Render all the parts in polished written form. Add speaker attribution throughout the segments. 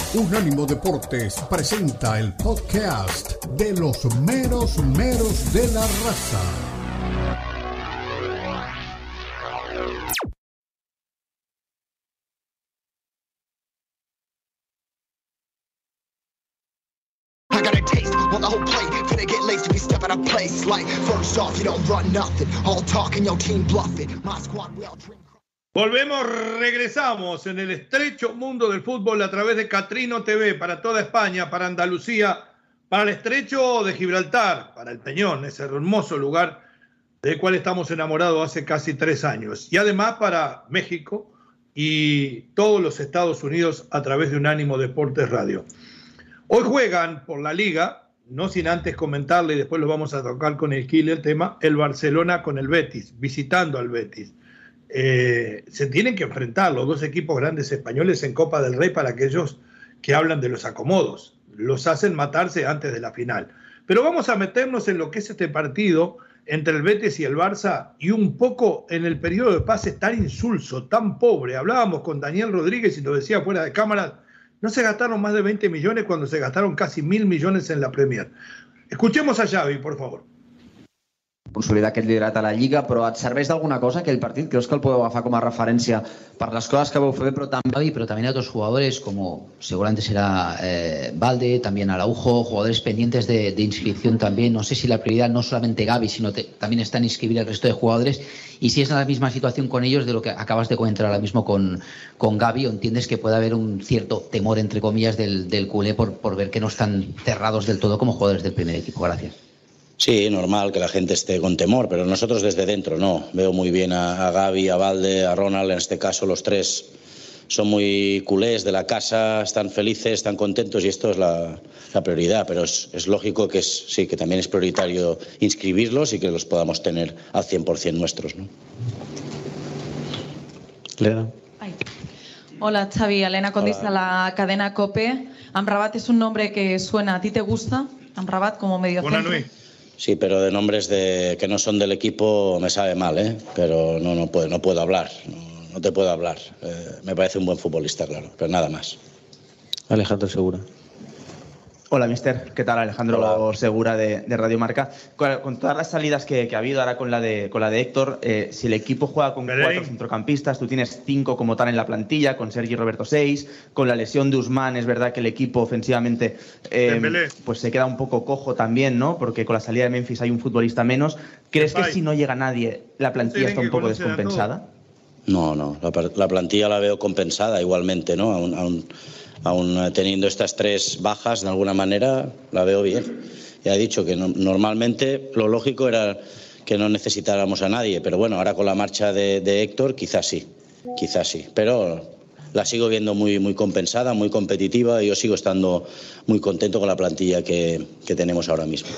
Speaker 1: Unánimo Deportes presenta el podcast de los meros meros de la raza.
Speaker 2: Regresamos en el estrecho mundo del fútbol a través de Catrino TV para toda España, para Andalucía, para el estrecho de Gibraltar, para el Peñón, ese hermoso lugar del cual estamos enamorados hace casi 3 años, y además para México y todos los Estados Unidos a través de Unánimo Deportes Radio. Hoy juegan por la Liga, no sin antes comentarle, y después lo vamos a tocar con el Kile el tema, el Barcelona con el Betis, visitando al Betis. Se tienen que enfrentar los dos equipos grandes españoles en Copa del Rey para aquellos que hablan de los acomodos. Los hacen matarse antes de la final. Pero vamos a meternos en lo que es este partido entre el Betis y el Barça y un poco en el periodo de pases tan insulso, tan pobre. Hablábamos con Daniel Rodríguez y lo decía fuera de cámara. No se gastaron más de 20 millones cuando se gastaron casi 1.000 millones en la Premier. Escuchemos a Xavi, por favor.
Speaker 3: Consolidar aquest liderat a la Lliga, però et serveix d'alguna cosa aquell partit? Creus que el podeu agafar com a referència per les cosas que vau fer, pero también a otros jugadores como seguramente será Valde, también Araujo, jugadores pendientes de inscripción también? No sé si la prioridad no solamente Gavi, sino también está en inscribir el resto de jugadores, y si es la misma situación con ellos de lo que acabas de comentar ahora mismo con Gavi, o entiendes que puede haber un cierto temor, entre comillas, del culé por ver que no están cerrados del todo como jugadores del primer equipo. Gracias.
Speaker 4: Sí, normal que la gente esté con temor, pero nosotros desde dentro no. Veo muy bien a Gavi, a Valde, a Ronald, en este caso los tres son muy culés de la casa, están felices, están contentos, y esto es la prioridad, pero es lógico que sí, que también es prioritario inscribirlos y que los podamos tener al 100% nuestros, ¿no?
Speaker 5: Lena.
Speaker 6: Hola, Xavi, Elena Condis de la cadena COPE. Amrabat es un nombre que suena, ¿a ti te gusta? Amrabat como mediocentro.
Speaker 4: Sí, pero de nombres que no son del equipo me sabe mal, ¿eh? Pero no puedo hablar, no te puedo hablar. Me parece un buen futbolista, claro, pero nada más.
Speaker 5: Alejandro Segura.
Speaker 3: Hola, mister. ¿Qué tal? Alejandro
Speaker 4: Hola.
Speaker 3: Segura de Radio Marca. Con todas las salidas que ha habido, ahora con la de Héctor, si el equipo juega con 4 centrocampistas, tú tienes 5 como tal en la plantilla, con Sergi Roberto 6, con la lesión de Ousmane, es verdad que el equipo ofensivamente pues se queda un poco cojo también, ¿no? Porque con la salida de Memphis hay un futbolista menos. ¿Crees que si no llega nadie, la plantilla está un poco descompensada?
Speaker 4: No, la plantilla la veo compensada igualmente, ¿no? Aún teniendo estas 3 bajas, de alguna manera, la veo bien. Ya he dicho que normalmente lo lógico era que no necesitáramos a nadie, pero bueno, ahora con la marcha de Héctor quizás sí, pero la sigo viendo muy, muy compensada, muy competitiva, y yo sigo estando muy contento con la plantilla que tenemos ahora mismo.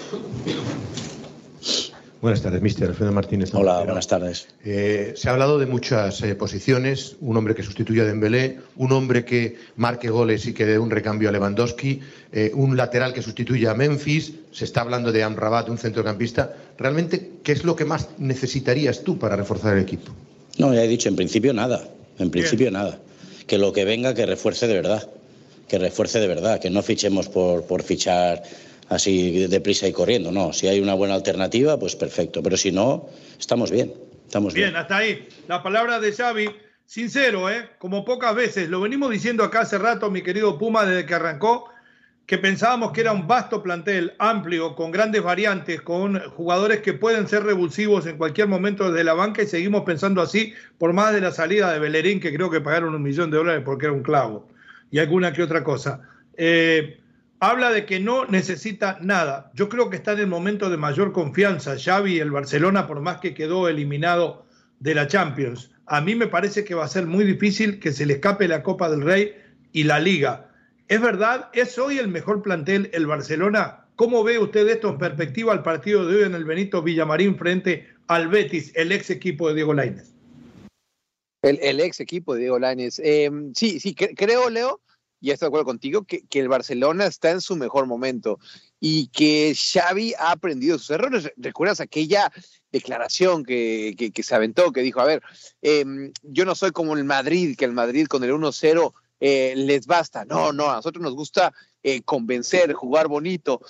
Speaker 7: Buenas tardes, mister. Alfredo Martínez.
Speaker 4: Hola, buenas tardes.
Speaker 7: Se ha hablado de muchas posiciones, un hombre que sustituya a Dembélé, un hombre que marque goles y que dé un recambio a Lewandowski, un lateral que sustituya a Memphis, se está hablando de Amrabat, un centrocampista. ¿Realmente qué es lo que más necesitarías tú para reforzar el equipo?
Speaker 4: No, ya he dicho, en principio nada, nada. Que lo que venga, que refuerce de verdad, que no fichemos por fichar así deprisa y corriendo, no. Si hay una buena alternativa, pues perfecto, pero si no, estamos bien.
Speaker 2: Bien, hasta ahí. La palabra de Xavi, sincero, como pocas veces. Lo venimos diciendo acá hace rato, mi querido Puma, desde que arrancó, que pensábamos que era un vasto plantel, amplio, con grandes variantes, con jugadores que pueden ser revulsivos en cualquier momento desde la banca, y seguimos pensando así, por más de la salida de Bellerín, que creo que pagaron $1 millón porque era un clavo, y alguna que otra cosa. Habla de que no necesita nada. Yo creo que está en el momento de mayor confianza Xavi, el Barcelona, por más que quedó eliminado de la Champions. A mí me parece que va a ser muy difícil que se le escape la Copa del Rey y la Liga. ¿Es verdad? ¿Es hoy el mejor plantel el Barcelona? ¿Cómo ve usted esto en perspectiva al partido de hoy en el Benito Villamarín frente al Betis, el ex equipo de Diego Lainez?
Speaker 8: El ex equipo de Diego Lainez. Sí, creo, Leo, y estoy de acuerdo contigo, que el Barcelona está en su mejor momento y que Xavi ha aprendido sus errores. ¿Recuerdas aquella declaración que se aventó, que dijo, a ver, yo no soy como el Madrid, que el Madrid con el 1-0 les basta. No, a nosotros nos gusta convencer, jugar bonito.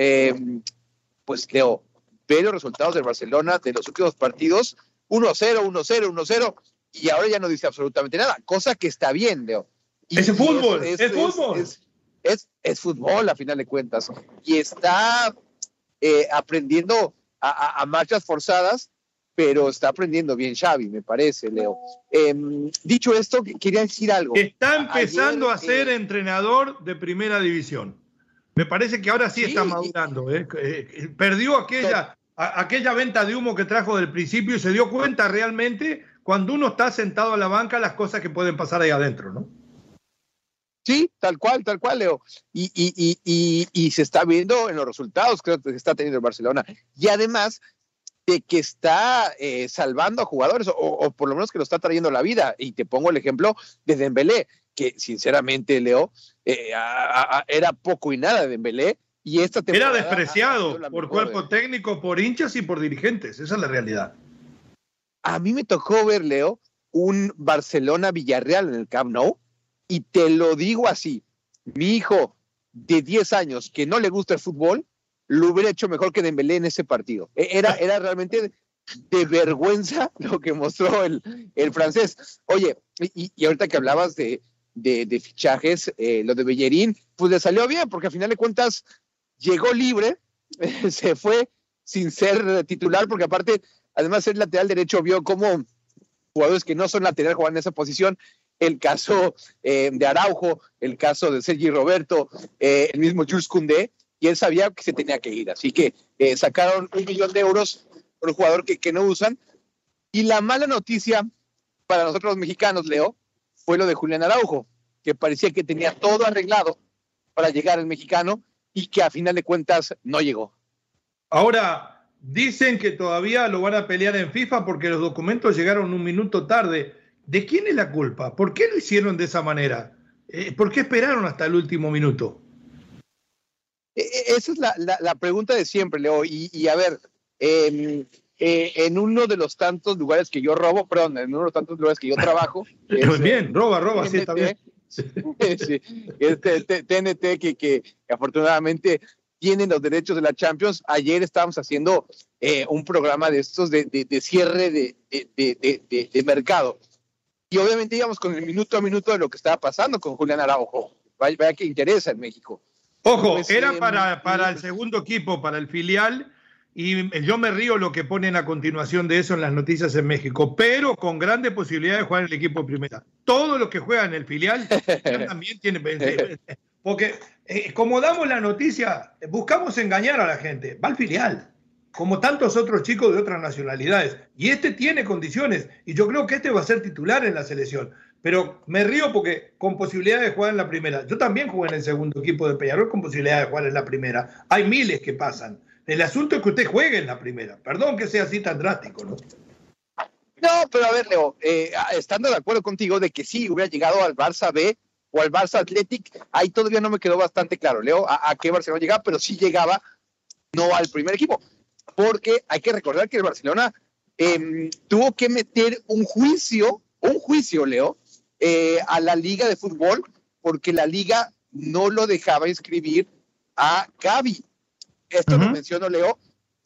Speaker 8: Pues Leo, ve los resultados del Barcelona de los últimos partidos, 1-0, 1-0, 1-0, y ahora ya no dice absolutamente nada, cosa que está bien, Leo.
Speaker 2: Es fútbol, es fútbol.
Speaker 8: Es fútbol a final de cuentas, y está aprendiendo a marchas forzadas, pero está aprendiendo bien Xavi, me parece, Leo. Dicho esto, quería decir algo.
Speaker 2: Está empezando a ser entrenador de primera división. Me parece que ahora sí está madurando. Perdió aquella venta de humo que trajo del principio y se dio cuenta realmente cuando uno está sentado a la banca las cosas que pueden pasar ahí adentro, ¿no?
Speaker 8: Sí, tal cual, Leo. Y se está viendo en los resultados que está teniendo el Barcelona. Y además de que está salvando a jugadores, o por lo menos que lo está trayendo a la vida. Y te pongo el ejemplo de Dembélé, que sinceramente, Leo, era poco y nada de Dembélé. Y esta temporada
Speaker 2: era despreciado por cuerpo técnico, por hinchas y por dirigentes. Esa es la realidad.
Speaker 8: A mí me tocó ver, Leo, un Barcelona-Villarreal en el Camp Nou, y te lo digo así, mi hijo de 10 años que no le gusta el fútbol, lo hubiera hecho mejor que Dembélé en ese partido. Era realmente de vergüenza lo que mostró el francés. Oye, y ahorita que hablabas de fichajes, lo de Bellerín, pues le salió bien, porque al final de cuentas llegó libre, se fue sin ser titular, porque aparte, además de ser lateral derecho, vio cómo jugadores que no son lateral juegan en esa posición. El caso de Araujo, el caso de Sergi Roberto, el mismo Jules Koundé, y él sabía que se tenía que ir. Así que sacaron 1 millón de euros por un jugador que no usan. Y la mala noticia para nosotros los mexicanos, Leo, fue lo de Julián Araujo, que parecía que tenía todo arreglado para llegar al mexicano y que a final de cuentas no llegó.
Speaker 2: Ahora, dicen que todavía lo van a pelear en FIFA porque los documentos llegaron 1 minuto tarde. ¿De quién es la culpa? ¿Por qué lo hicieron de esa manera? ¿Por qué esperaron hasta el último minuto?
Speaker 8: Esa es la pregunta de siempre, Leo. Y a ver, en uno de los tantos lugares que yo robo, perdón, en uno de los tantos lugares que yo trabajo.
Speaker 2: Pues bien, roba, TNT, sí, está bien.
Speaker 8: Sí, TNT que afortunadamente tienen los derechos de la Champions. Ayer estábamos haciendo un programa de estos de cierre de mercado. Y obviamente íbamos con el minuto a minuto de lo que estaba pasando con Julián Araujo. Vaya que interesa en México.
Speaker 2: Ojo, pues, era para el segundo equipo, para el filial, y yo me río lo que ponen a continuación de eso en las noticias en México, pero con grandes posibilidades de jugar en el equipo de primera. Todos los que juegan en el filial también tienen... Porque como damos la noticia, buscamos engañar a la gente. Va al filial, como tantos otros chicos de otras nacionalidades. Y este tiene condiciones, y yo creo que este va a ser titular en la selección. Pero me río porque con posibilidad de jugar en la primera. Yo también jugué en el segundo equipo de Peñarol con posibilidad de jugar en la primera. Hay miles que pasan. El asunto es que usted juegue en la primera. Perdón que sea así tan drástico, ¿no?
Speaker 8: No, pero a ver, Leo, estando de acuerdo contigo de que sí hubiera llegado al Barça B o al Barça Athletic, ahí todavía no me quedó bastante claro, Leo, a qué Barcelona llegaba, pero sí llegaba no al primer equipo. Porque hay que recordar que el Barcelona tuvo que meter un juicio, Leo, a la Liga de Fútbol, porque la Liga no lo dejaba inscribir a Gavi. Esto lo menciono, Leo,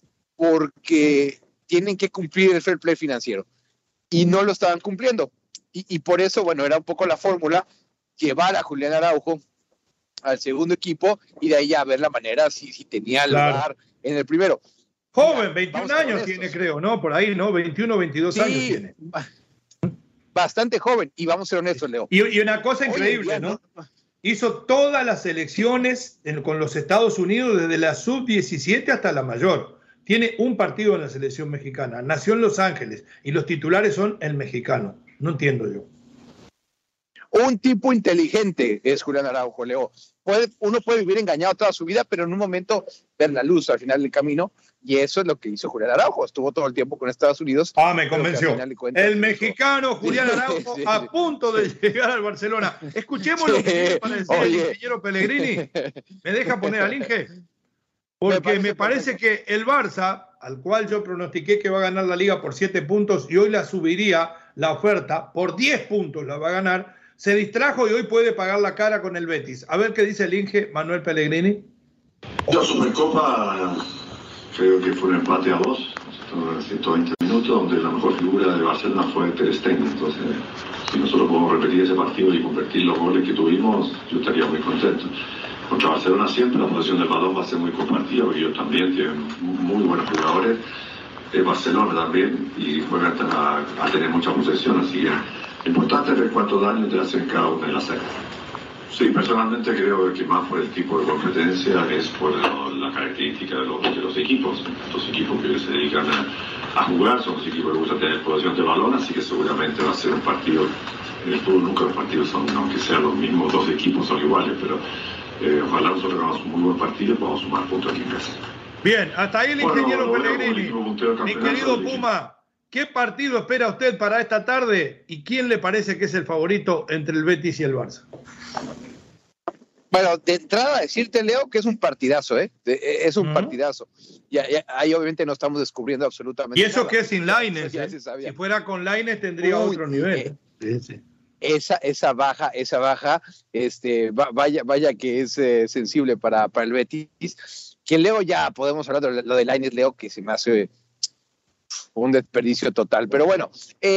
Speaker 8: porque tienen que cumplir el fair play financiero y no lo estaban cumpliendo. Y por eso, bueno, era un poco la fórmula llevar a Julián Araujo al segundo equipo y de ahí ya ver la manera si tenía lugar en el primero.
Speaker 2: Joven, 21 años tiene, creo, ¿no? Por ahí, ¿no? 21, 22 años tiene.
Speaker 8: Bastante joven, y vamos a ser honestos, Leo.
Speaker 2: Y una cosa increíble, ¿no? Hizo todas las selecciones con los Estados Unidos, desde la sub-17 hasta la mayor. Tiene un partido en la selección mexicana. Nació en Los Ángeles y los titulares son el mexicano. No entiendo yo.
Speaker 8: Un tipo inteligente es Julián Araujo, Leo. Uno puede vivir engañado toda su vida, pero en un momento ver la luz al final del camino, y eso es lo que hizo Julián Araujo. Estuvo todo el tiempo con Estados Unidos.
Speaker 2: Me convenció. El mexicano Julián Araujo a punto de llegar al Barcelona. Escuchemos lo que tiene para decir el ingeniero Pellegrini. ¿Me deja poner al Inge? Porque me parece que el Barça, al cual yo pronostiqué que va a ganar la Liga por 7 puntos y hoy la subiría la oferta, por 10 puntos la va a ganar, se distrajo y hoy puede pagar la cara con el Betis. A ver qué dice el Inge Manuel Pellegrini.
Speaker 9: La Supercopa creo que fue un empate a 2, 120 minutos, donde la mejor figura de Barcelona fue Ter Stegen. Entonces, si nosotros podemos repetir ese partido y convertir los goles que tuvimos, yo estaría muy contento. Contra Barcelona siempre la posesión del balón va a ser muy compartida, porque ellos también tienen muy buenos jugadores. Barcelona también, y juegan a tener mucha posesión, así que lo importante es ver cuánto daño te hacen cada una de las áreas. Sí, personalmente creo que más por el tipo de competencia es por la característica de los equipos. Los equipos que se dedican a jugar son los equipos que gustan tener posesión de balón, así que seguramente va a ser un partido. En el fútbol nunca los partidos son, aunque sean los mismos dos equipos, son iguales, pero ojalá nosotros hagamos un muy buen partido y podamos sumar puntos aquí en casa.
Speaker 2: Bien, hasta ahí el ingeniero Pellegrini. Mi querido Puma, ¿qué partido espera usted para esta tarde y quién le parece que es el favorito entre el Betis y el Barça?
Speaker 8: Bueno, de entrada decirte, Leo, que es un partidazo, ¿eh? Es un partidazo. Ahí obviamente no estamos descubriendo absolutamente
Speaker 2: nada. Y eso
Speaker 8: nada.
Speaker 2: Que es sin Lainez, Si fuera con Lainez tendría otro nivel.
Speaker 8: Sí. Esa baja, vaya que es sensible para el Betis. Que Leo, ya podemos hablar de lo de Lainez, Leo, que se me hace un desperdicio total. Pero bueno,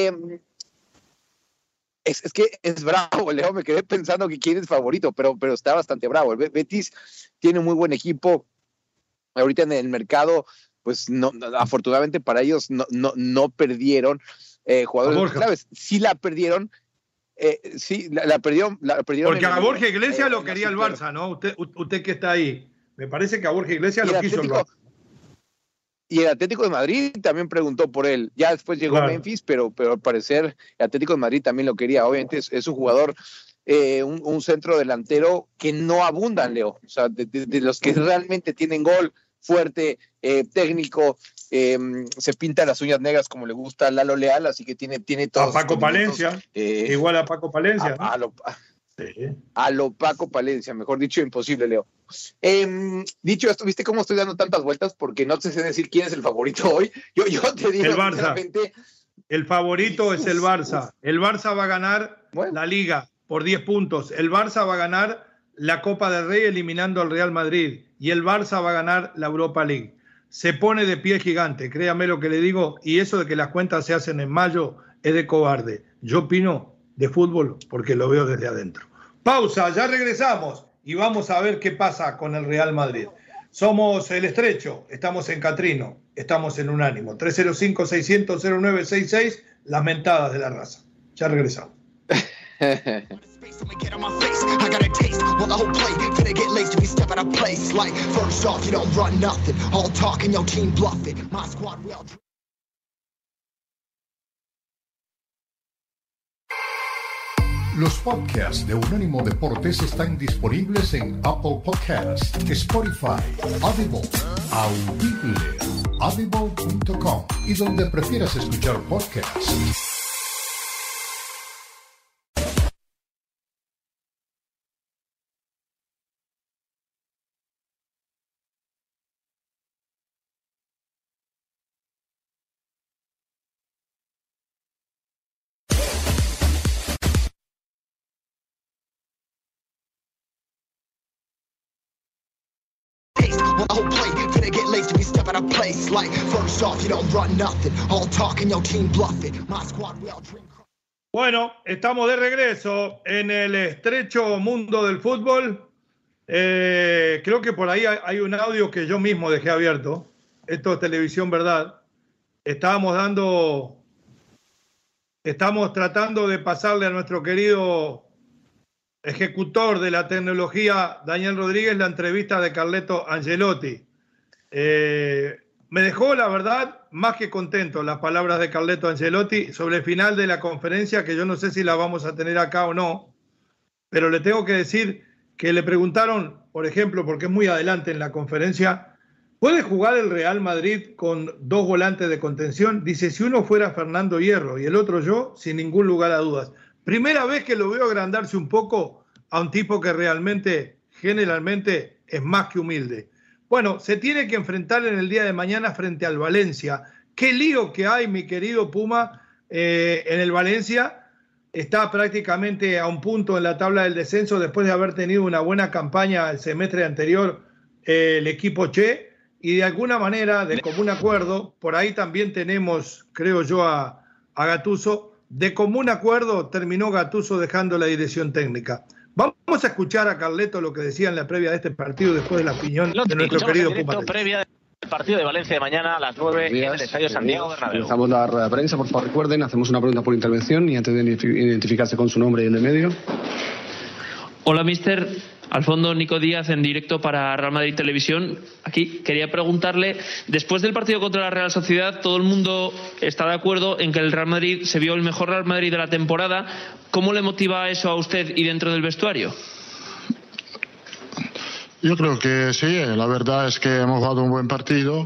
Speaker 8: es que es bravo, Leo. Me quedé pensando que quién es favorito, pero está bastante bravo. El Betis tiene un muy buen equipo. Ahorita en el mercado, pues no, afortunadamente para ellos no perdieron jugadores claves. Sí la perdieron. Sí, la perdieron.
Speaker 2: Porque a Borja Iglesias lo quería el Barça, ¿no? Usted que está ahí. Me parece que a Borja Iglesias lo quiso el Barça.
Speaker 8: Y el Atlético de Madrid también preguntó por él. Ya después llegó Memphis, pero al parecer el Atlético de Madrid también lo quería. Obviamente es un jugador, un centro delantero que no abundan, Leo. O sea, de los que realmente tienen gol fuerte, técnico, se pinta las uñas negras como le gusta a Lalo Leal, así que tiene todo.
Speaker 2: A Paco Palencia, igual a Paco Palencia.
Speaker 8: A lo Paco Palencia, mejor dicho, imposible, Leo. Dicho esto, ¿viste cómo estoy dando tantas vueltas? Porque no sé decir quién es el favorito hoy. Yo te digo,
Speaker 2: el Barça. El favorito es el Barça. El Barça va a ganar la Liga por 10 puntos. El Barça va a ganar la Copa del Rey eliminando al Real Madrid. Y el Barça va a ganar la Europa League. Se pone de pie gigante, créame lo que le digo. Y eso de que las cuentas se hacen en mayo es de cobarde. Yo opino de fútbol porque lo veo desde adentro. Pausa, ya regresamos y vamos a ver qué pasa con el Real Madrid. Somos El Estrecho, estamos en Catrino, estamos en Unánimo. 305-600-0966, las mentadas de la raza. Ya regresamos.
Speaker 1: Los podcasts de Unánimo Deportes están disponibles en Apple Podcasts, Spotify, Audible, audible.com y donde prefieras escuchar podcasts.
Speaker 2: Bueno, estamos de regreso en el estrecho mundo del fútbol. Creo que por ahí hay un audio que yo mismo dejé abierto. Esto es televisión, ¿verdad? Estamos tratando de pasarle a nuestro querido ejecutor de la tecnología, Daniel Rodríguez, la entrevista de Carleto Ancelotti. Me dejó, la verdad, más que contento las palabras de Carleto Ancelotti sobre el final de la conferencia, que yo no sé si la vamos a tener acá o no, pero le tengo que decir que le preguntaron, por ejemplo, porque es muy adelante en la conferencia, ¿puede jugar el Real Madrid con dos volantes de contención? Dice, si uno fuera Fernando Hierro y el otro yo, sin ningún lugar a dudas. Primera vez que lo veo agrandarse un poco a un tipo que realmente, generalmente, es más que humilde. Bueno, se tiene que enfrentar en el día de mañana frente al Valencia. Qué lío que hay, mi querido Puma, en el Valencia, está prácticamente a un punto en la tabla del descenso después de haber tenido una buena campaña el semestre anterior el equipo Che, y de alguna manera, de común acuerdo, por ahí también tenemos, creo yo, a Gattuso. De común acuerdo terminó Gattuso dejando la dirección técnica. Vamos a escuchar a Carleto lo que decía en la previa de este partido después de la opinión de nuestro querido Puma.
Speaker 10: Previa del partido de Valencia de mañana a las 9 en el Estadio Santiago Bernabéu.
Speaker 11: Comenzamos la rueda de prensa, por favor recuerden, hacemos una pregunta por intervención y antes de identificarse con su nombre y en el medio.
Speaker 12: Hola, mister. Al fondo, Nico Díaz, en directo para Real Madrid Televisión. Aquí quería preguntarle, después del partido contra la Real Sociedad, todo el mundo está de acuerdo en que el Real Madrid se vio el mejor Real Madrid de la temporada. ¿Cómo le motiva eso a usted y dentro del vestuario?
Speaker 13: Yo creo que sí, la verdad es que hemos jugado un buen partido,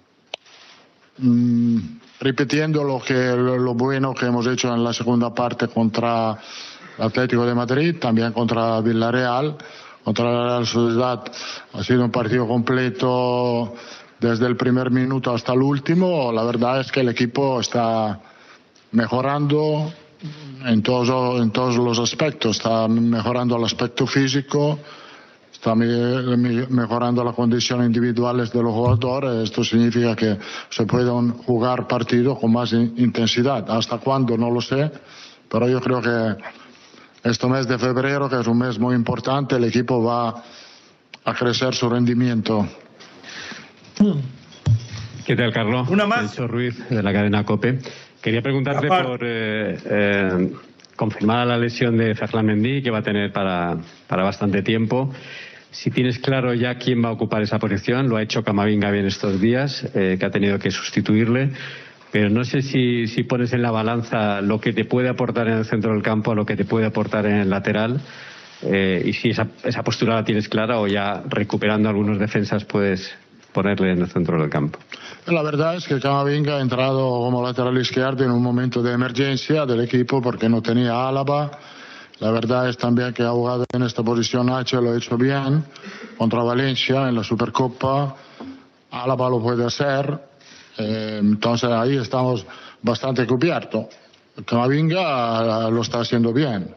Speaker 13: repitiendo lo bueno que hemos hecho en la segunda parte contra el Atlético de Madrid, también contra Villarreal. Contra la Real Sociedad ha sido un partido completo desde el primer minuto hasta el último. La verdad es que el equipo está mejorando en todos los aspectos. Está mejorando el aspecto físico, está mejorando las condiciones individuales de los jugadores. Esto significa que se pueden jugar partidos con más intensidad. ¿Hasta cuándo? No lo sé, pero yo creo que este mes de febrero, que es un mes muy importante, el equipo va a crecer su rendimiento.
Speaker 14: ¿Qué tal, Carlos?
Speaker 2: Una más.
Speaker 14: Celso Ruiz, de la cadena COPE. Quería preguntarte por confirmada la lesión de Ferland Mendy, que va a tener para bastante tiempo. Si tienes claro ya quién va a ocupar esa posición, lo ha hecho Camavinga bien estos días, que ha tenido que sustituirle. Pero no sé si pones en la balanza lo que te puede aportar en el centro del campo, lo que te puede aportar en el lateral, y si esa postura la tienes clara o ya recuperando algunos defensas puedes ponerle en el centro del campo.
Speaker 13: La verdad es que Camavinga ha entrado como lateral izquierdo en un momento de emergencia del equipo porque no tenía Álava. La verdad es también que ha jugado en esta posición H, lo ha hecho bien, contra Valencia en la Supercopa. Álava lo puede hacer. Entonces ahí estamos bastante cubiertos. Camavinga lo está haciendo bien,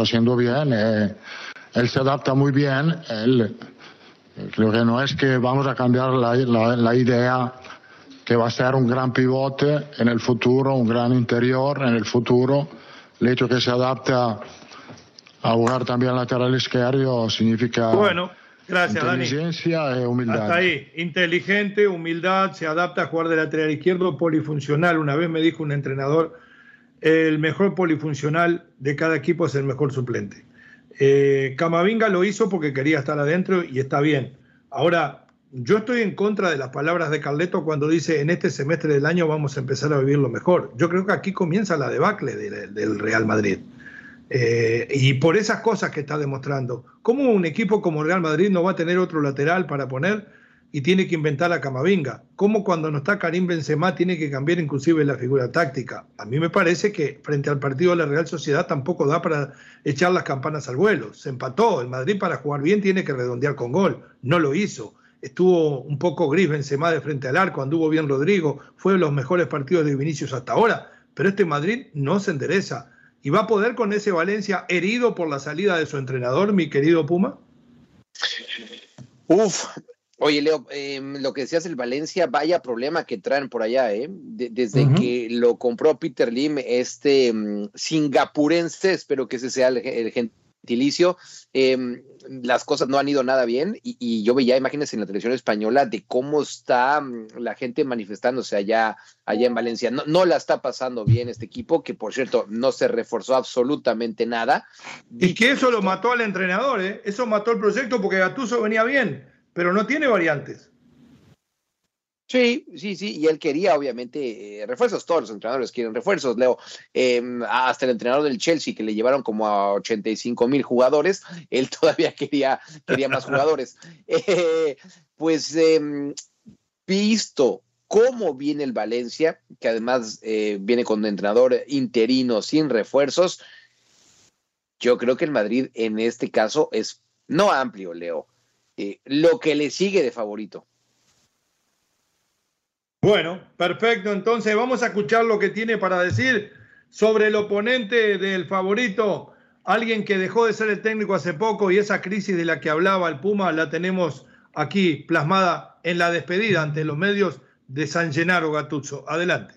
Speaker 13: él se adapta muy bien. Creo que no es que vamos a cambiar la idea que va a ser un gran pivote en el futuro, un gran interior en el futuro. El hecho que se adapta a jugar también lateral izquierdo significa
Speaker 2: gracias,
Speaker 13: inteligencia
Speaker 2: Dani.
Speaker 13: Y humildad.
Speaker 2: Hasta ahí, inteligente, humildad, se adapta a jugar de lateral izquierdo, polifuncional. Una vez me dijo un entrenador, el mejor polifuncional de cada equipo es el mejor suplente. Camavinga lo hizo porque quería estar adentro y está bien. Ahora, yo estoy en contra de las palabras de Carleto cuando dice en este semestre del año vamos a empezar a vivir lo mejor. Yo creo que aquí comienza la debacle del Real Madrid. Y por esas cosas que está demostrando, ¿cómo un equipo como el Real Madrid no va a tener otro lateral para poner y tiene que inventar a Camavinga? ¿Cómo cuando no está Karim Benzema tiene que cambiar inclusive la figura táctica? A mí me parece que frente al partido de la Real Sociedad tampoco da para echar las campanas al vuelo. Se empató, el Madrid para jugar bien tiene que redondear con gol, no lo hizo. Estuvo un poco gris Benzema de frente al arco, anduvo bien Rodrigo, fue de los mejores partidos de Vinicius hasta ahora, pero este Madrid no se endereza. ¿Y va a poder con ese Valencia herido por la salida de su entrenador, mi querido Puma?
Speaker 8: Oye, Leo, lo que decías del Valencia, vaya problema que traen por allá, desde que lo compró Peter Lim, singapurense, espero que ese sea el gentilicio, las cosas no han ido nada bien y yo veía imágenes en la televisión española de cómo está la gente manifestándose allá en Valencia. No la está pasando bien este equipo, que por cierto no se reforzó absolutamente nada.
Speaker 2: Y que eso lo mató al entrenador, eso mató el proyecto porque Gattuso venía bien, pero no tiene variantes.
Speaker 8: Sí, y él quería obviamente refuerzos, todos los entrenadores quieren refuerzos, Leo, hasta el entrenador del Chelsea que le llevaron como a 85,000 jugadores, él todavía quería más jugadores. Visto cómo viene el Valencia, que además viene con un entrenador interino sin refuerzos, yo creo que el Madrid en este caso es no amplio, Leo, lo que le sigue de favorito.
Speaker 2: Bueno, perfecto. Entonces vamos a escuchar lo que tiene para decir sobre el oponente del favorito, alguien que dejó de ser el técnico hace poco, y esa crisis de la que hablaba el Puma la tenemos aquí plasmada en la despedida ante los medios de San Gennaro Gattuso. Adelante.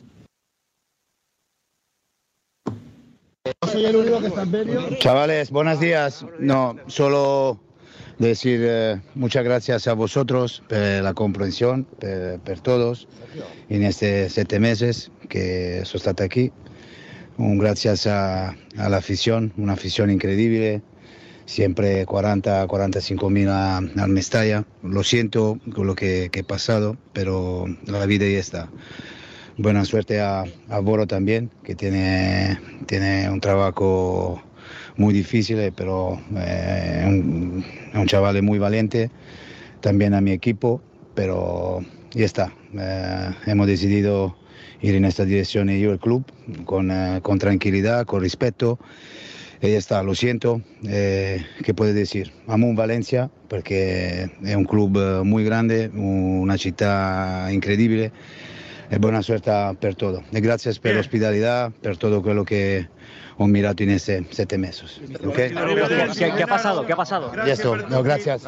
Speaker 15: Soy el único que está en medio. Chavales, buenos días. No, solo decir muchas gracias a vosotros por la comprensión, por todos, en estos 7 meses que soy hasta aquí. Un gracias a la afición, una afición increíble, siempre 40-45.000 al Mestalla. Lo siento con lo que he pasado, pero la vida ya está. Buena suerte a Boro también, que tiene un trabajo muy difícil, pero un chaval muy valiente. También a mi equipo, pero ya está. Hemos decidido ir en esta dirección y yo el club con tranquilidad, con respeto. Y ya está, lo siento. ¿Qué puedo decir? Amo un Valencia porque es un club muy grande, una città incredibile. Buena suerte per todo. Y gracias por la hospitalidad, por todo lo que he mirado en estos 7 meses. ¿Okay?
Speaker 10: ¿Qué ha pasado? ¿Qué ha pasado?
Speaker 15: Gracias. No, gracias.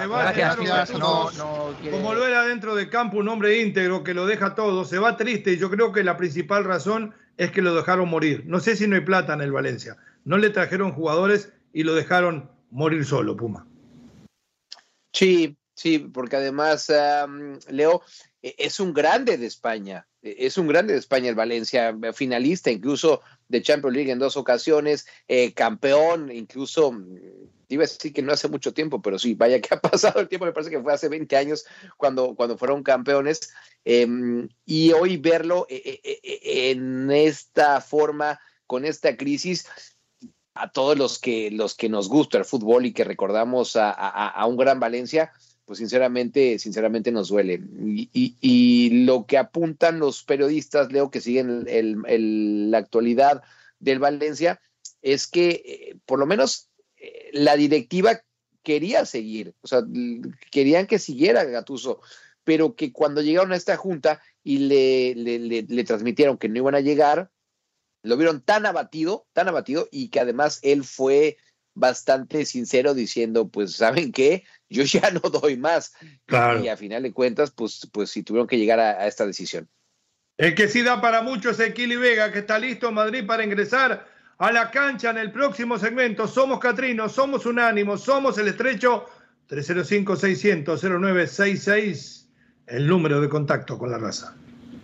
Speaker 2: Como lo era dentro de campo, un hombre íntegro que lo deja todo, se va triste, y yo creo que la principal razón es que lo dejaron morir. No sé si no hay plata en el Valencia. No le trajeron jugadores y lo dejaron morir solo, Puma.
Speaker 8: Sí, porque además, Leo, es un grande de España. Es un grande de España el Valencia, finalista incluso de Champions League en 2 ocasiones, campeón, incluso, iba a decir que no hace mucho tiempo, pero sí, vaya que ha pasado el tiempo, me parece que fue hace 20 años cuando fueron campeones, y hoy verlo en esta forma, con esta crisis, a todos los que nos gusta el fútbol y que recordamos a un gran Valencia, pues sinceramente nos duele. Y lo que apuntan los periodistas, Leo, que siguen la actualidad del Valencia, es que por lo menos la directiva quería seguir, o sea, querían que siguiera Gattuso, pero que cuando llegaron a esta junta y le transmitieron que no iban a llegar, lo vieron tan abatido, y que además él fue bastante sincero diciendo, pues, ¿saben qué? Yo ya no doy más. Claro. Y a final de cuentas, pues sí tuvieron que llegar a esta decisión.
Speaker 2: El que sí da para mucho es el Kili Vega, que está listo en Madrid para ingresar a la cancha en el próximo segmento. Somos Catrino, somos Unánimo, somos El Estrecho. 305-600-0966, el número de contacto con la raza.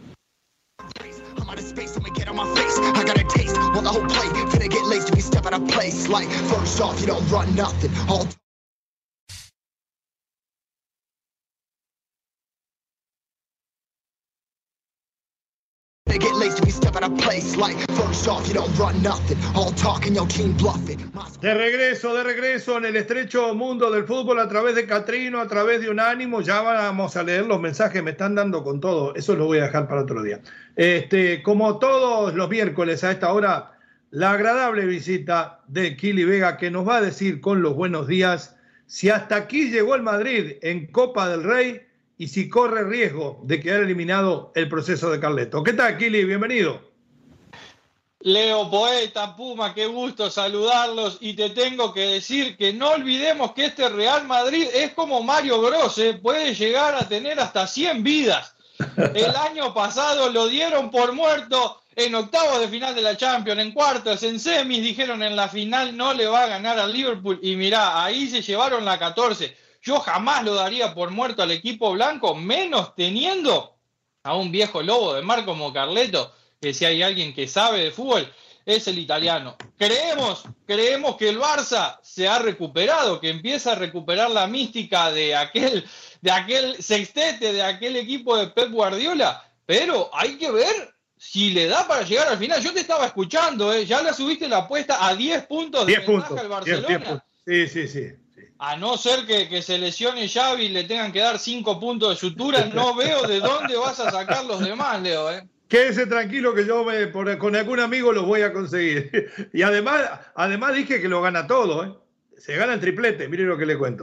Speaker 16: I got a taste, want the whole plate, finna get laced if you step out of place. Like, first off, you don't run nothing. Get laced if you step out of place. Like, first off, you don't run nothing. All talking, your team bluffing.
Speaker 2: De regreso en el estrecho mundo del fútbol a través de Catrino, a través de Unánimo. Ya vamos a leer los mensajes, me están dando con todo. Eso lo voy a dejar para otro día. Como todos los miércoles a esta hora, la agradable visita de Kili Vega, que nos va a decir con los buenos días si hasta aquí llegó el Madrid en Copa del Rey y si corre riesgo de quedar eliminado el proceso de Carleto. ¿Qué tal, Kili? Bienvenido.
Speaker 17: Leo, Poeta, Puma, qué gusto saludarlos, y te tengo que decir que no olvidemos que este Real Madrid es como Mario Bros, puede llegar a tener hasta 100 vidas. El año pasado lo dieron por muerto en octavos de final de la Champions, en cuartos, en semis, dijeron en la final no le va a ganar al Liverpool, y mirá, ahí se llevaron la 14. Yo jamás lo daría por muerto al equipo blanco, menos teniendo a un viejo lobo de mar como Carleto, que si hay alguien que sabe de fútbol, es el italiano. Creemos que el Barça se ha recuperado, que empieza a recuperar la mística de aquel sextete, de aquel equipo de Pep Guardiola, pero hay que ver si le da para llegar al final. Yo te estaba escuchando, ya le subiste la apuesta a 10 puntos de ventaja al Barcelona.
Speaker 2: 10 puntos. Sí.
Speaker 17: A no ser que se lesione Xavi y le tengan que dar 5 puntos de sutura, no veo de dónde vas a sacar los demás, Leo.
Speaker 2: Quédese tranquilo que yo con algún amigo los voy a conseguir. Y además dije que lo gana todo. Se gana el triplete, mire lo que le cuento.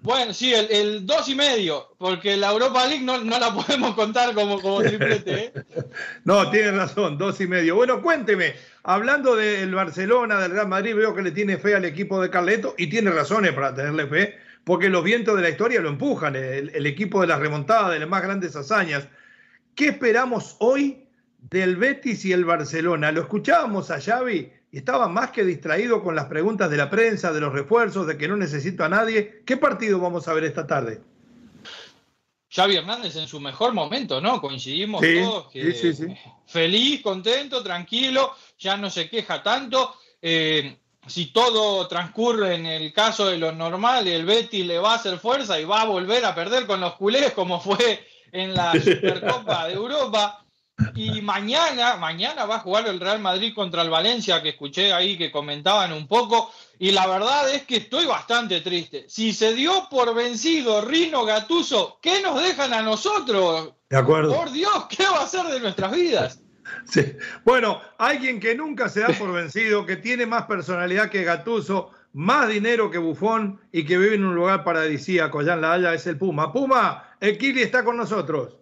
Speaker 17: Bueno, sí, el 2,5, porque la Europa League no la podemos contar como triplete, ¿eh?
Speaker 2: No, tiene razón, 2,5. Bueno, cuénteme, hablando del Barcelona, del Real Madrid, veo que le tiene fe al equipo de Carleto y tiene razones para tenerle fe, porque los vientos de la historia lo empujan, el equipo de las remontadas, de las más grandes hazañas. ¿Qué esperamos hoy del Betis y el Barcelona? Lo escuchábamos a Xavi y estaba más que distraído con las preguntas de la prensa, de los refuerzos, de que no necesito a nadie. ¿Qué partido vamos a ver esta tarde?
Speaker 17: Xavi Hernández en su mejor momento, ¿no? Coincidimos todos que
Speaker 2: sí.
Speaker 17: Feliz, contento, tranquilo, ya no se queja tanto. Si todo transcurre en el caso de lo normal, el Betis le va a hacer fuerza y va a volver a perder con los culés como fue en la Supercopa de Europa. Y mañana va a jugar el Real Madrid contra el Valencia, que escuché ahí que comentaban un poco, y la verdad es que estoy bastante triste. Si se dio por vencido Rino Gattuso, ¿qué nos dejan a nosotros?
Speaker 2: De acuerdo.
Speaker 17: Por Dios, ¿qué va a ser de nuestras vidas?
Speaker 2: Sí. Bueno, alguien que nunca se da por vencido, que tiene más personalidad que Gattuso, más dinero que Buffon y que vive en un lugar paradisíaco allá en La Haya, es el Puma. Puma, el Kili está con nosotros.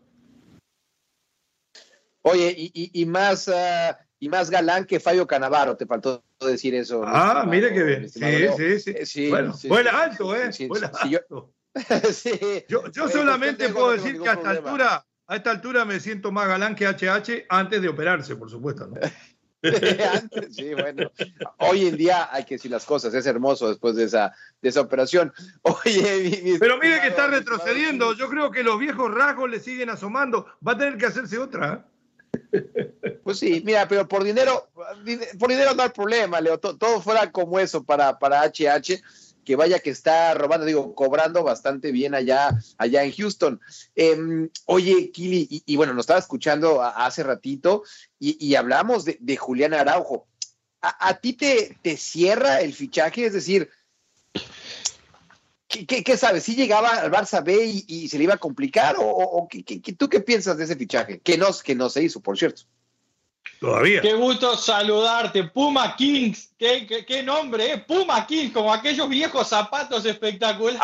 Speaker 8: Oye, y más galán que Fabio Cannavaro, te faltó decir eso.
Speaker 2: Ah, mire qué bien. Sí. Bueno, vuela alto, ¿eh? Vuela alto. Yo solamente puedo decir que a esta altura me siento más galán que HH antes de operarse, por supuesto, ¿no?
Speaker 8: Antes, sí, bueno. Hoy en día hay que decir las cosas, es hermoso después de esa operación. Oye,
Speaker 2: pero mire que está retrocediendo. Yo creo que los viejos rasgos le siguen asomando. Va a tener que hacerse otra, ¿eh?
Speaker 8: Pues sí, mira, pero por dinero no hay problema, Leo. Todo fuera como eso para HH, que vaya que está robando, cobrando bastante bien allá en Houston. Oye, Kili, y bueno, nos estaba escuchando hace ratito y hablamos de Julián Araujo. ¿A ti te cierra el fichaje? Es decir, ¿qué sabes? ¿Sí llegaba al Barça B y se le iba a complicar? ¿O tú qué piensas de ese fichaje? Que no se hizo, por cierto.
Speaker 2: Todavía.
Speaker 17: Qué gusto saludarte, Puma Kings. ¿Qué nombre, ¿eh? Puma Kings, como aquellos viejos zapatos espectaculares.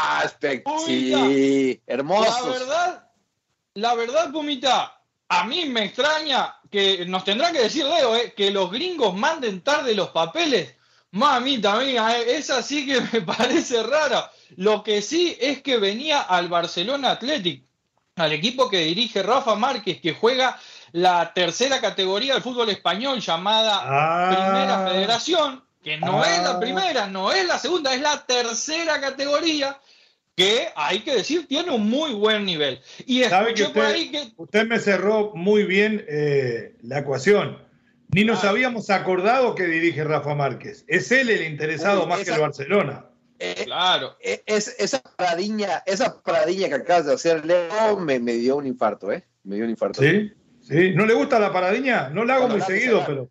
Speaker 8: Sí, hermosos.
Speaker 17: La verdad, Pumita, a mí me extraña que nos tendrá que decir Leo, que los gringos manden tarde los papeles. Mamita mía, esa sí que me parece rara. Lo que sí es que venía al Barcelona Athletic, al equipo que dirige Rafa Márquez, que juega la tercera categoría del fútbol español llamada Primera Federación, que no es la primera, no es la segunda, es la tercera categoría, que hay que decir tiene un muy buen nivel. Y
Speaker 2: ¿sabe que usted me cerró muy bien la ecuación? Ni nos habíamos acordado que dirige Rafa Márquez. Es él el interesado más que el Barcelona.
Speaker 17: Claro.
Speaker 8: Esa paradilla que acabas de hacer, Leo, me dio un infarto, ¿eh? Me dio un infarto.
Speaker 2: ¿Sí? ¿No le gusta la paradiña? No la hago muy seguido, pero...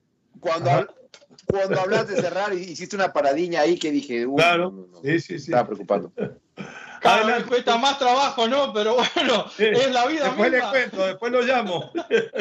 Speaker 8: Cuando hablas de cerrar, hiciste una paradiña ahí que dije...
Speaker 2: Claro, sí.
Speaker 8: Estaba preocupando.
Speaker 17: Cada vez cuesta más trabajo, ¿no? Pero bueno, es la vida
Speaker 2: después
Speaker 17: misma.
Speaker 2: Le cuento, después lo llamo.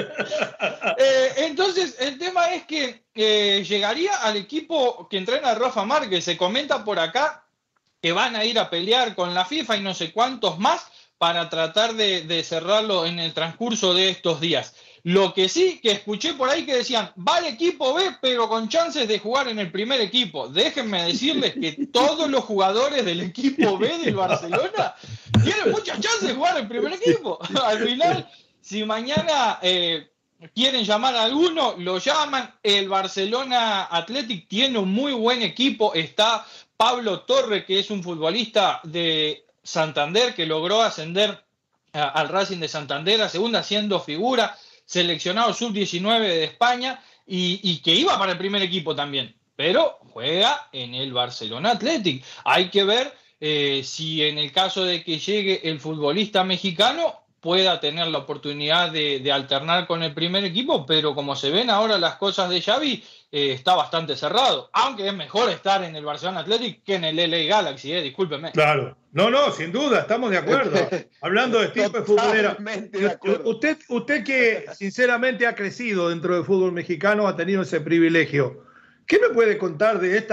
Speaker 17: Entonces, el tema es que llegaría al equipo que entrena Rafa Márquez. Se comenta por acá que van a ir a pelear con la FIFA y no sé cuántos más para tratar de cerrarlo en el transcurso de estos días. Lo que sí, que escuché por ahí que decían, va el equipo B, pero con chances de jugar en el primer equipo. Déjenme decirles que todos los jugadores del equipo B del Barcelona tienen muchas chances de jugar en el primer equipo. Al final, si mañana quieren llamar a alguno, lo llaman. El Barcelona Athletic tiene un muy buen equipo. Está Pablo Torre, que es un futbolista de Santander, que logró ascender al Racing de Santander a segunda, siendo figura, seleccionado sub-19 de España y que iba para el primer equipo también, pero juega en el Barcelona Athletic. Hay que ver si en el caso de que llegue el futbolista mexicano pueda tener la oportunidad de alternar con el primer equipo, pero como se ven ahora las cosas de Xavi, está bastante cerrado, aunque es mejor estar en el Barcelona Athletic que en el LA Galaxy, discúlpeme.
Speaker 2: Claro, no, sin duda, estamos de acuerdo. Hablando de estirpe futbolera, usted que sinceramente ha crecido dentro del fútbol mexicano, ha tenido ese privilegio. ¿Qué me puede contar de estas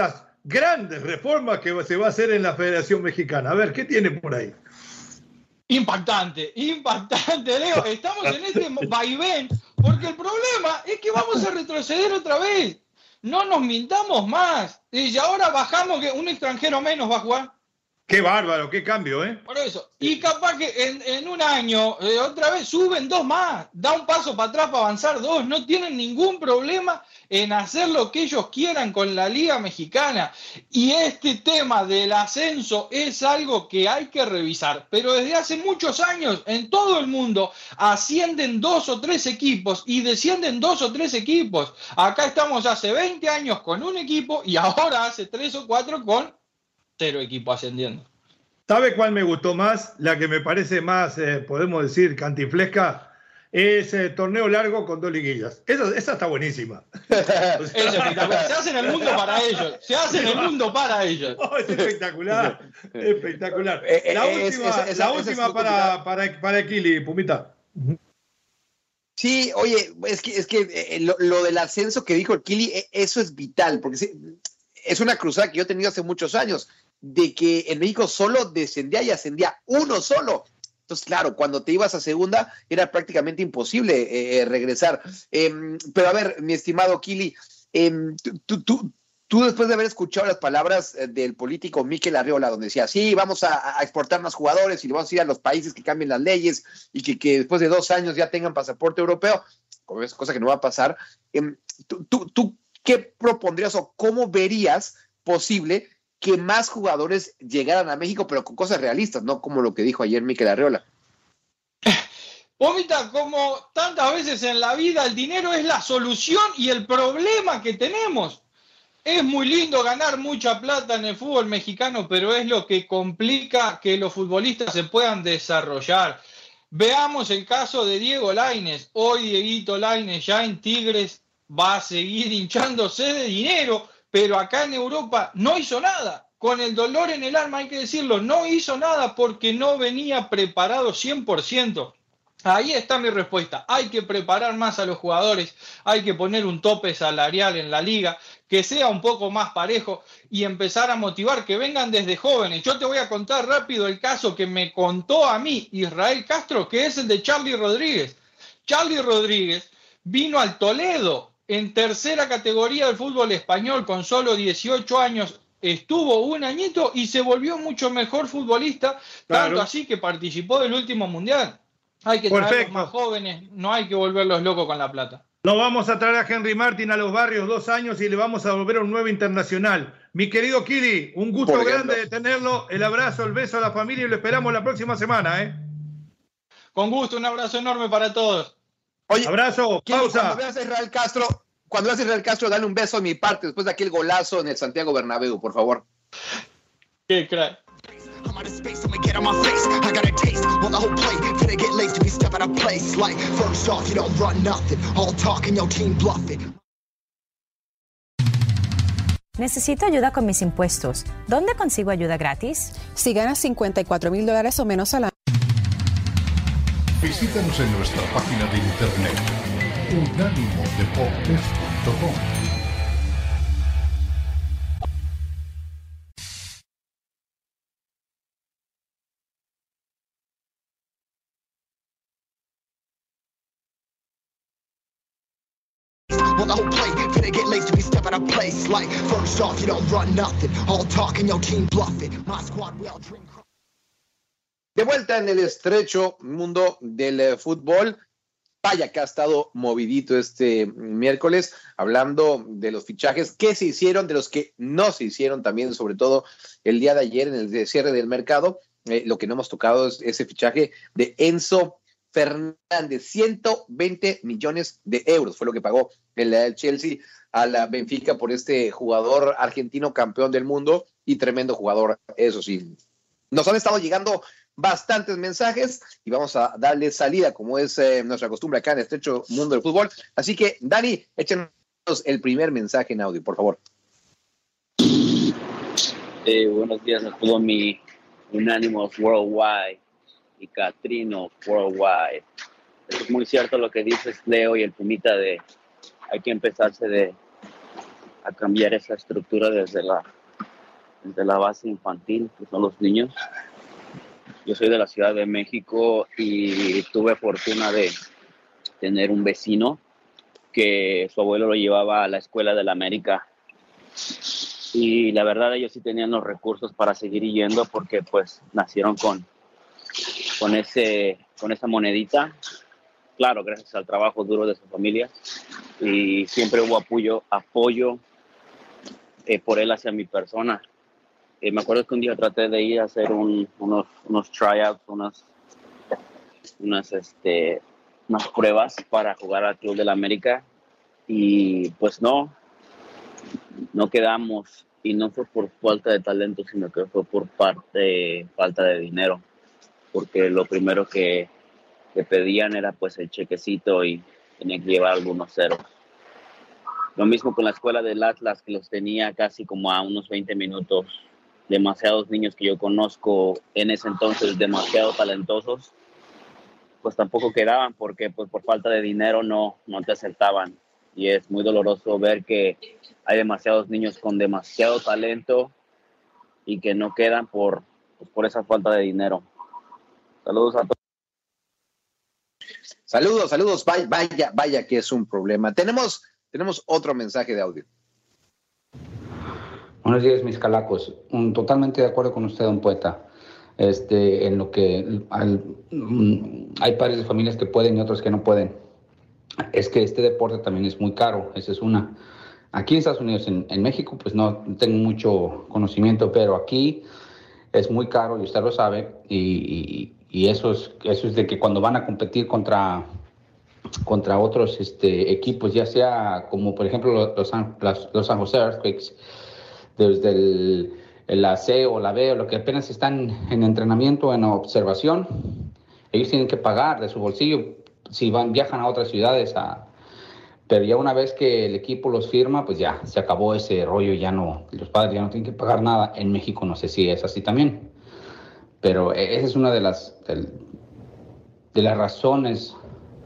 Speaker 2: grandes reformas que se va a hacer en la Federación Mexicana. A ver, ¿qué tiene por ahí?
Speaker 17: Impactante, Leo. Estamos en este vaivén porque el problema es que vamos a retroceder otra vez. No nos mintamos más. Y ahora bajamos que un extranjero menos va a jugar.
Speaker 2: Qué bárbaro, qué cambio, ¿eh?
Speaker 17: Por eso. Y capaz que en un año otra vez suben 2 más. Da un paso para atrás para avanzar 2. No tienen ningún problema en hacer lo que ellos quieran con la Liga Mexicana. Y este tema del ascenso es algo que hay que revisar. Pero desde hace muchos años en todo el mundo ascienden 2 o 3 equipos y descienden 2 o 3 equipos. Acá estamos hace 20 años con un equipo y ahora hace 3 o 4 con 0 equipos ascendiendo.
Speaker 2: ¿Sabe cuál me gustó más? La que me parece más, podemos decir, cantinflesca, es torneo largo con 2 liguillas. Esa está buenísima.
Speaker 17: Es espectacular. Se hace en el mundo para ellos.
Speaker 2: Oh, es espectacular. Espectacular. La última para Kili, Pumita.
Speaker 8: Sí, oye, es que lo del ascenso que dijo el Kili, eso es vital, porque es una cruzada que yo he tenido hace muchos años, de que en México solo descendía y ascendía uno solo. Entonces, claro, cuando te ibas a segunda era prácticamente imposible regresar. Pero a ver, mi estimado Kili, tú después de haber escuchado las palabras del político Mikel Arriola, donde decía, sí, vamos a exportar más jugadores y le vamos a ir a los países que cambien las leyes y que después de 2 años ya tengan pasaporte europeo, cosa que no va a pasar, ¿tú qué propondrías o cómo verías posible que más jugadores llegaran a México, pero con cosas realistas, no como lo que dijo ayer Mikel Arriola?
Speaker 17: Pomita, como tantas veces en la vida, el dinero es la solución y el problema que tenemos. Es muy lindo ganar mucha plata en el fútbol mexicano, pero es lo que complica que los futbolistas se puedan desarrollar. Veamos el caso de Diego Lainez. Hoy Dieguito Lainez ya en Tigres va a seguir hinchándose de dinero, pero acá en Europa no hizo nada. Con el dolor en el alma hay que decirlo, no hizo nada porque no venía preparado 100%. Ahí está mi respuesta. Hay que preparar más a los jugadores, hay que poner un tope salarial en la liga, que sea un poco más parejo y empezar a motivar, que vengan desde jóvenes. Yo te voy a contar rápido el caso que me contó a mí Israel Castro, que es el de Charly Rodríguez. Charly Rodríguez vino al Toledo en tercera categoría del fútbol español con solo 18 años, estuvo un añito y se volvió mucho mejor futbolista, tanto así que participó del último mundial. Hay que traer más jóvenes, no hay que volverlos locos con la plata.
Speaker 2: No vamos a traer a Henry Martin a los barrios 2 años y le vamos a volver a un nuevo internacional. Mi querido Kili, un gusto grande de tenerlo. El abrazo, el beso a la familia y lo esperamos la próxima semana, ¿eh?
Speaker 17: Con gusto, un abrazo enorme para todos.
Speaker 8: Oye,
Speaker 2: abrazo,
Speaker 8: Kili,
Speaker 2: pausa.
Speaker 8: Cuando veas a Israel Castro, dale un beso a mi parte después de aquel golazo en el Santiago Bernabéu, por favor.
Speaker 17: Qué crack.
Speaker 16: I'm out of space, I'ma get on my face. I got a taste, well the whole plate finna get laced to be step out of place. Like, first off, you don't run nothing. All talk and your team bluffing.
Speaker 18: Necesito ayuda con mis impuestos. ¿Dónde consigo ayuda gratis?
Speaker 19: Si ganas $54,000 o menos al año.
Speaker 1: Visítanos en nuestra página de internet unánimodeportes.com.
Speaker 16: Well, the whole plate finna get laced to be step out of place. Like, first off, you don't run nothing. All talk and your team bluffing. My squad, we all drink.
Speaker 8: De vuelta en el estrecho mundo del fútbol. Vaya que ha estado movidito este miércoles, hablando de los fichajes que se hicieron, de los que no se hicieron también, sobre todo el día de ayer en el cierre del mercado. Lo que no hemos tocado es ese fichaje de Enzo Fernández, 120 millones de euros fue lo que pagó el Chelsea a la Benfica por este jugador argentino campeón del mundo y tremendo jugador, eso sí. Nos han estado llegando bastantes mensajes y vamos a darle salida, como es nuestra costumbre acá en el estrecho mundo del fútbol. Así que, Dani, échenos el primer mensaje en audio, por favor.
Speaker 20: Buenos días a todo mi Unánimos Worldwide y Catrino Worldwide. Es muy cierto lo que dices, Leo y el Pumita, de hay que empezarse a cambiar esa estructura desde la de la base infantil, que son los niños. Yo soy de la Ciudad de México y tuve fortuna de tener un vecino que su abuelo lo llevaba a la escuela de la América. Y la verdad ellos sí tenían los recursos para seguir yendo porque pues nacieron con esa monedita. Claro, gracias al trabajo duro de su familia. Y siempre hubo apoyo por él hacia mi persona. Me acuerdo que un día traté de ir a hacer unos tryouts, unas pruebas para jugar al Club de la América y pues no quedamos, y no fue por falta de talento, sino que fue por falta de dinero, porque lo primero que pedían era pues el chequecito y tenía que llevar algunos ceros. Lo mismo con la escuela del Atlas, que los tenía casi como a unos 20 minutos. Demasiados niños que yo conozco en ese entonces, demasiado talentosos, pues tampoco quedaban porque pues por falta de dinero no te aceptaban. Y es muy doloroso ver que hay demasiados niños con demasiado talento y que no quedan por esa falta de dinero. Saludos a todos.
Speaker 8: Saludos. Vaya que es un problema. Tenemos otro mensaje de audio.
Speaker 21: Buenos días, mis calacos. Totalmente de acuerdo con usted, don Poeta. En lo que hay padres de familias que pueden y otros que no pueden. Es que este deporte también es muy caro, esa es una. Aquí en Estados Unidos, en México, pues no tengo mucho conocimiento, pero aquí es muy caro y usted lo sabe. Y eso es de que cuando van a competir contra otros equipos, ya sea como por ejemplo los San Jose Earthquakes, desde la C o la B, o lo que apenas están en entrenamiento, en observación, ellos tienen que pagar de su bolsillo si viajan a otras ciudades. Pero ya una vez que el equipo los firma, pues ya se acabó ese rollo, los padres ya no tienen que pagar nada. En México no sé si es así también, pero esa es una de las razones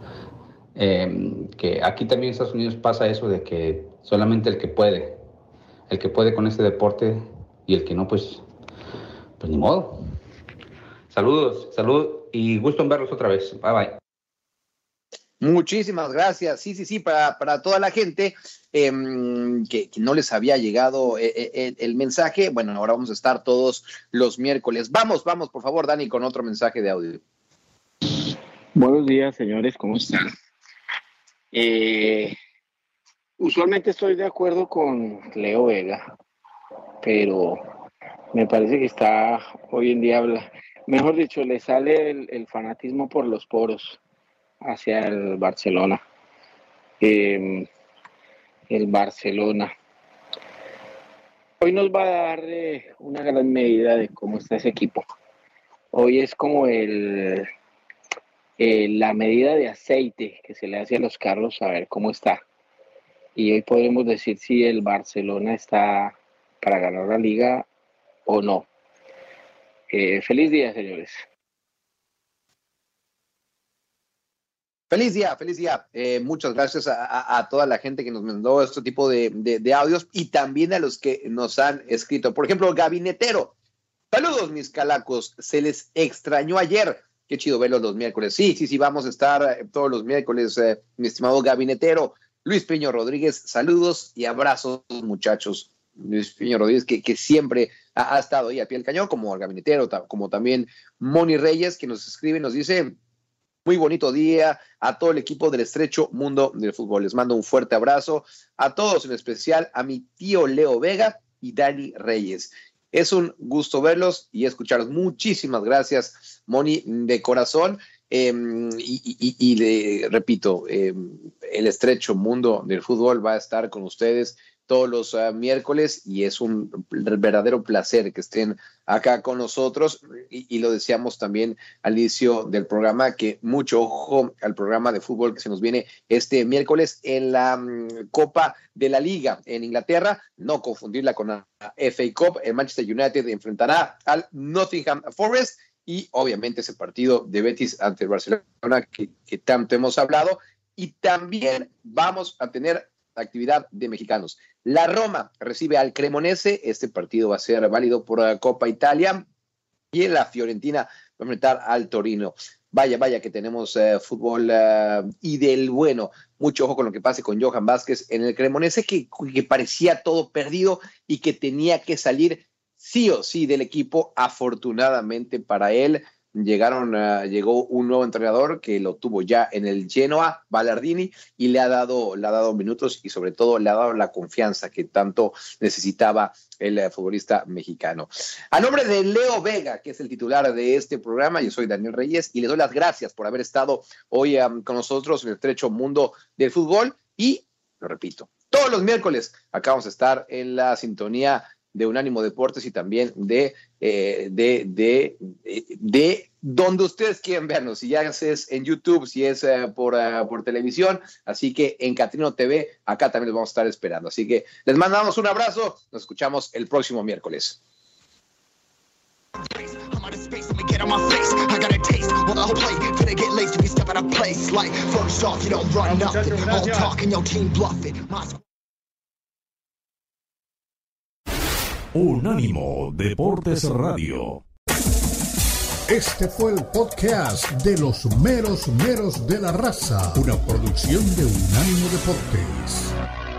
Speaker 21: que aquí también en Estados Unidos pasa eso de que solamente el que puede con este deporte, y el que no, pues ni modo. Salud y gusto en verlos otra vez. Bye.
Speaker 8: Muchísimas gracias. Sí, para toda la gente que no les había llegado el mensaje. Bueno, ahora vamos a estar todos los miércoles. Vamos, por favor, Dani, con otro mensaje de audio.
Speaker 22: Buenos días, señores, ¿cómo están? Usualmente estoy de acuerdo con Leo Vega, pero me parece que está hoy en día, mejor dicho, le sale el fanatismo por los poros hacia el Barcelona. El Barcelona hoy nos va a dar una gran medida de cómo está ese equipo. Hoy es como la medida de aceite que se le hace a los carros, a ver cómo está. Y hoy podemos decir si el Barcelona está para ganar la liga o no. Feliz día, señores.
Speaker 8: Feliz día. Muchas gracias a toda la gente que nos mandó este tipo de audios y también a los que nos han escrito. Por ejemplo, Gabinetero. Saludos, mis calacos. Se les extrañó ayer. Qué chido verlos los miércoles. Sí, vamos a estar todos los miércoles, mi estimado Gabinetero. Luis Piño Rodríguez, saludos y abrazos, muchachos. Luis Piño Rodríguez, que siempre ha estado ahí a pie del cañón, como el Gabinetero, como también Moni Reyes, que nos escribe, nos dice: muy bonito día a todo el equipo del estrecho mundo del fútbol. Les mando un fuerte abrazo a todos, en especial a mi tío Leo Vega y Dani Reyes. Es un gusto verlos y escucharlos. Muchísimas gracias, Moni, de corazón. Y le repito, el estrecho mundo del fútbol va a estar con ustedes todos los miércoles y es un verdadero placer que estén acá con nosotros y lo decíamos también al inicio del programa, que mucho ojo al programa de fútbol que se nos viene este miércoles en la Copa de la Liga en Inglaterra, no confundirla con la FA Cup. El Manchester United enfrentará al Nottingham Forest y obviamente ese partido de Betis ante el Barcelona que tanto hemos hablado, y también vamos a tener actividad de mexicanos. La Roma recibe al Cremonese. Este partido va a ser válido por Copa Italia. Y en la Fiorentina va a enfrentar al Torino. Vaya que tenemos fútbol y del bueno. Mucho ojo con lo que pase con Johan Vázquez en el Cremonese, que parecía todo perdido y que tenía que salir sí o sí del equipo. Afortunadamente para él, llegó un nuevo entrenador que lo tuvo ya en el Genoa, Ballardini, y le ha dado minutos y sobre todo le ha dado la confianza que tanto necesitaba el futbolista mexicano. A nombre de Leo Vega, que es el titular de este programa, yo soy Daniel Reyes y le doy las gracias por haber estado hoy con nosotros en el estrecho mundo del fútbol y, lo repito, todos los miércoles acá vamos a estar en la sintonía de Unánimo Deportes y también de donde ustedes quieran vernos, si ya es en YouTube, si es por televisión, así que en Catrino TV, acá también los vamos a estar esperando. Así que les mandamos un abrazo, nos escuchamos el próximo miércoles.
Speaker 1: Unánimo Deportes Radio. Este fue el podcast de los meros de la raza, una producción de Unánimo Deportes.